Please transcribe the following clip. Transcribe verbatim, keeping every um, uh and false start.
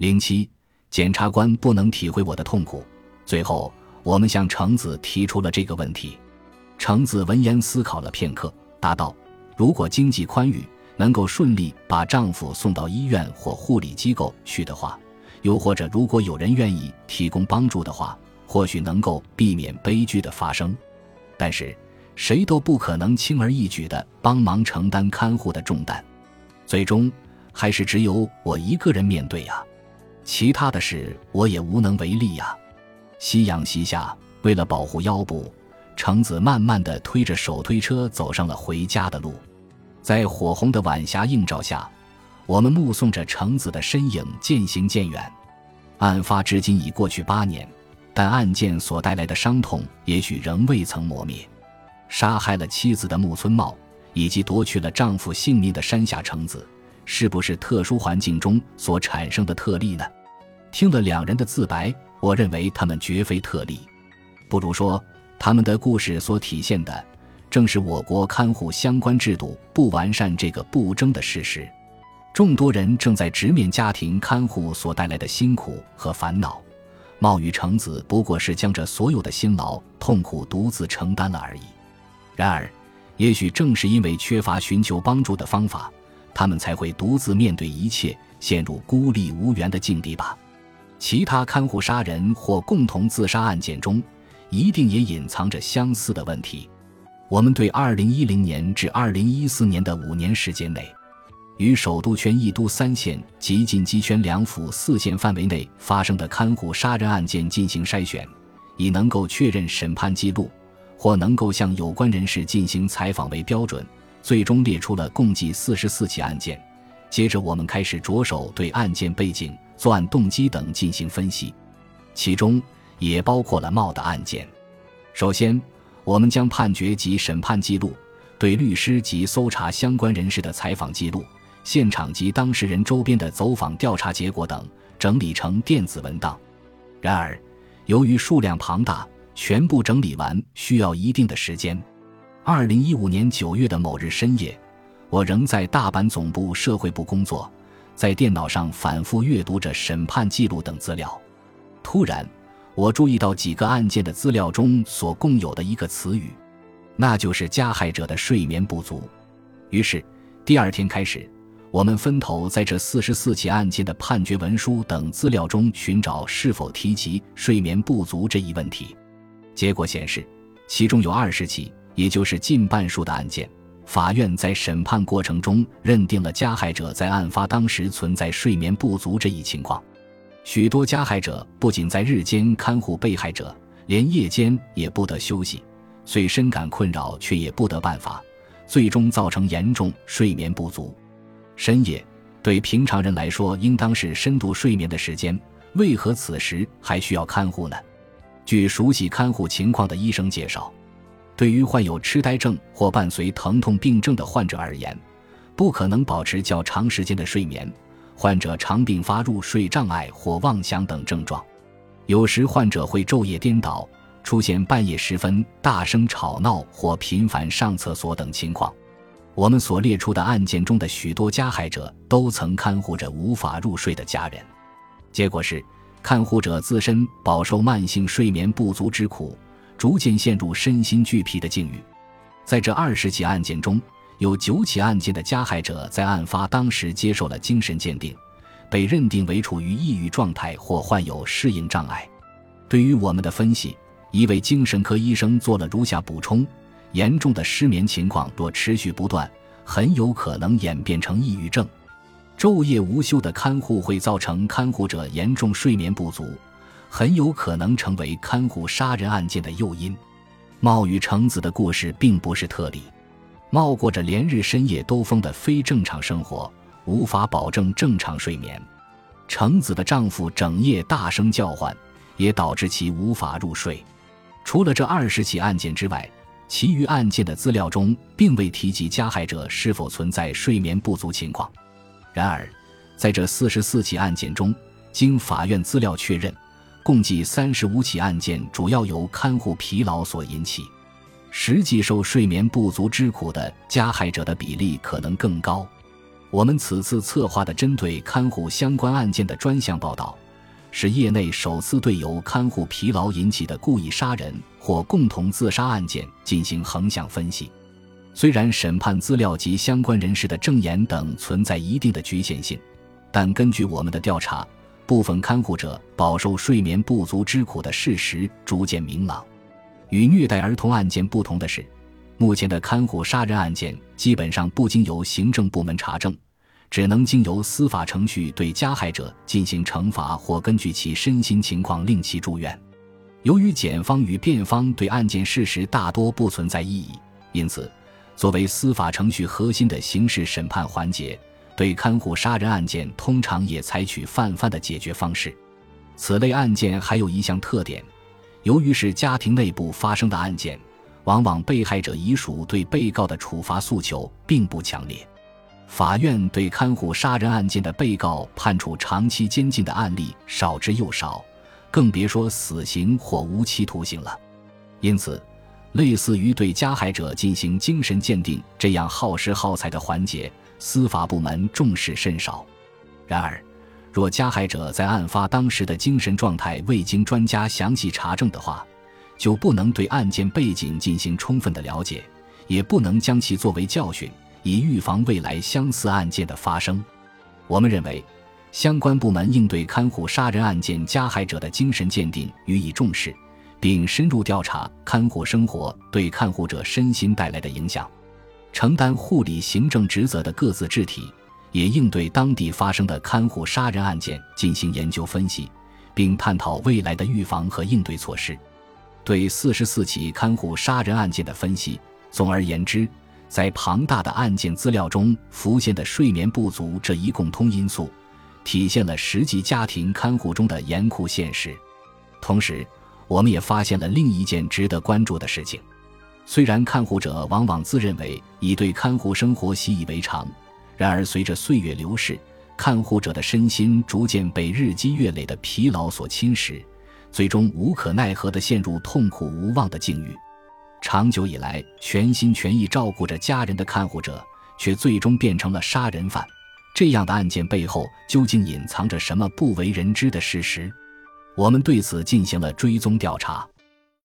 零七，检察官不能体会我的痛苦。最后，我们向程子提出了这个问题。程子闻言思考了片刻，答道：如果经济宽裕，能够顺利把丈夫送到医院或护理机构去的话，又或者如果有人愿意提供帮助的话，或许能够避免悲剧的发生。但是谁都不可能轻而易举地帮忙承担看护的重担，最终还是只有我一个人面对呀，其他的事我也无能为力呀。夕阳西下，为了保护腰部，程子慢慢地推着手推车走上了回家的路。在火红的晚霞映照下，我们目送着程子的身影渐行渐远。案发至今已过去八年，但案件所带来的伤痛也许仍未曾磨灭。杀害了妻子的木村茂，以及夺去了丈夫性命的山下程子，是不是特殊环境中所产生的特例呢？听了两人的自白，我认为他们绝非特例，不如说他们的故事所体现的正是我国看护相关制度不完善这个不争的事实。众多人正在直面家庭看护所带来的辛苦和烦恼，茂与程子不过是将这所有的辛劳痛苦独自承担了而已。然而也许正是因为缺乏寻求帮助的方法，他们才会独自面对一切，陷入孤立无援的境地吧。其他看护杀人或共同自杀案件中，一定也隐藏着相似的问题。我们对二零一零年至二零一四年的五年时间内，于首都圈一都三县及晋冀圈两府四县范围内发生的看护杀人案件进行筛选，以能够确认审判记录或能够向有关人士进行采访为标准，最终列出了共计四十四起案件。接着我们开始着手对案件背景、作案动机等进行分析，其中也包括了茂的案件。首先，我们将判决及审判记录、对律师及搜查相关人士的采访记录、现场及当事人周边的走访调查结果等整理成电子文档。然而，由于数量庞大，全部整理完需要一定的时间。二零一五年九月的某日深夜，我仍在大阪总部社会部工作，在电脑上反复阅读着审判记录等资料。突然，我注意到几个案件的资料中所共有的一个词语，那就是加害者的睡眠不足。于是第二天开始，我们分头在这四十四起案件的判决文书等资料中寻找是否提及睡眠不足这一问题。结果显示，其中有二十起，也就是近半数的案件，法院在审判过程中认定了加害者在案发当时存在睡眠不足这一情况。许多加害者不仅在日间看护被害者，连夜间也不得休息，虽深感困扰却也不得办法，最终造成严重睡眠不足。深夜对平常人来说应当是深度睡眠的时间，为何此时还需要看护呢？据熟悉看护情况的医生介绍，对于患有痴呆症或伴随疼痛病症的患者而言，不可能保持较长时间的睡眠，患者常并发入睡障碍或妄想等症状。有时患者会昼夜颠倒，出现半夜时分大声吵闹或频繁上厕所等情况。我们所列出的案件中的许多加害者都曾看护着无法入睡的家人，结果是看护者自身饱受慢性睡眠不足之苦，逐渐陷入身心俱疲的境遇。在这二十起案件中，有九起案件的加害者在案发当时接受了精神鉴定，被认定为处于抑郁状态或患有适应障碍。对于我们的分析，一位精神科医生做了如下补充：严重的失眠情况若持续不断，很有可能演变成抑郁症。昼夜无休的看护会造成看护者严重睡眠不足，很有可能成为看护杀人案件的诱因。茂与程子的故事并不是特例，茂过着连日深夜兜风的非正常生活，无法保证正常睡眠。程子的丈夫整夜大声叫唤，也导致其无法入睡。除了这二十起案件之外，其余案件的资料中并未提及加害者是否存在睡眠不足情况。然而，在这四十四起案件中，经法院资料确认，共计三十五起案件主要由看护疲劳所引起，实际受睡眠不足之苦的加害者的比例可能更高。 我们此次策划的针对看护相关案件的专项报道，是业内首次对由看护疲劳引起的故意杀人或共同自杀案件进行横向分析。虽然审判资料及相关人士的证言等存在一定的局限性，但根据我们的调查，部分看护者饱受睡眠不足之苦的事实逐渐明朗。与虐待儿童案件不同的是，目前的看护杀人案件基本上不经由行政部门查证，只能经由司法程序对加害者进行惩罚或根据其身心情况令其住院。由于检方与辩方对案件事实大多不存在异议，因此作为司法程序核心的刑事审判环节，对看护杀人案件通常也采取泛泛的解决方式。此类案件还有一项特点，由于是家庭内部发生的案件，往往被害者遗属对被告的处罚诉求并不强烈。法院对看护杀人案件的被告判处长期监禁的案例少之又少，更别说死刑或无期徒刑了。因此，类似于对加害者进行精神鉴定这样耗时耗材的环节，司法部门重视甚少。然而，若加害者在案发当时的精神状态未经专家详细查证的话，就不能对案件背景进行充分的了解，也不能将其作为教训，以预防未来相似案件的发生。我们认为，相关部门应对看护杀人案件加害者的精神鉴定予以重视，并深入调查看护生活对看护者身心带来的影响。承担护理行政职责的各自治体也应对当地发生的看护杀人案件进行研究分析，并探讨未来的预防和应对措施。对四十四起看护杀人案件的分析，总而言之，在庞大的案件资料中浮现的睡眠不足这一共通因素，体现了实际家庭看护中的严酷现实。同时，我们也发现了另一件值得关注的事情。虽然看护者往往自认为已对看护生活习以为常，然而随着岁月流逝，看护者的身心逐渐被日积月累的疲劳所侵蚀，最终无可奈何地陷入痛苦无望的境遇。长久以来全心全意照顾着家人的看护者，却最终变成了杀人犯。这样的案件背后究竟隐藏着什么不为人知的事实？我们对此进行了追踪调查。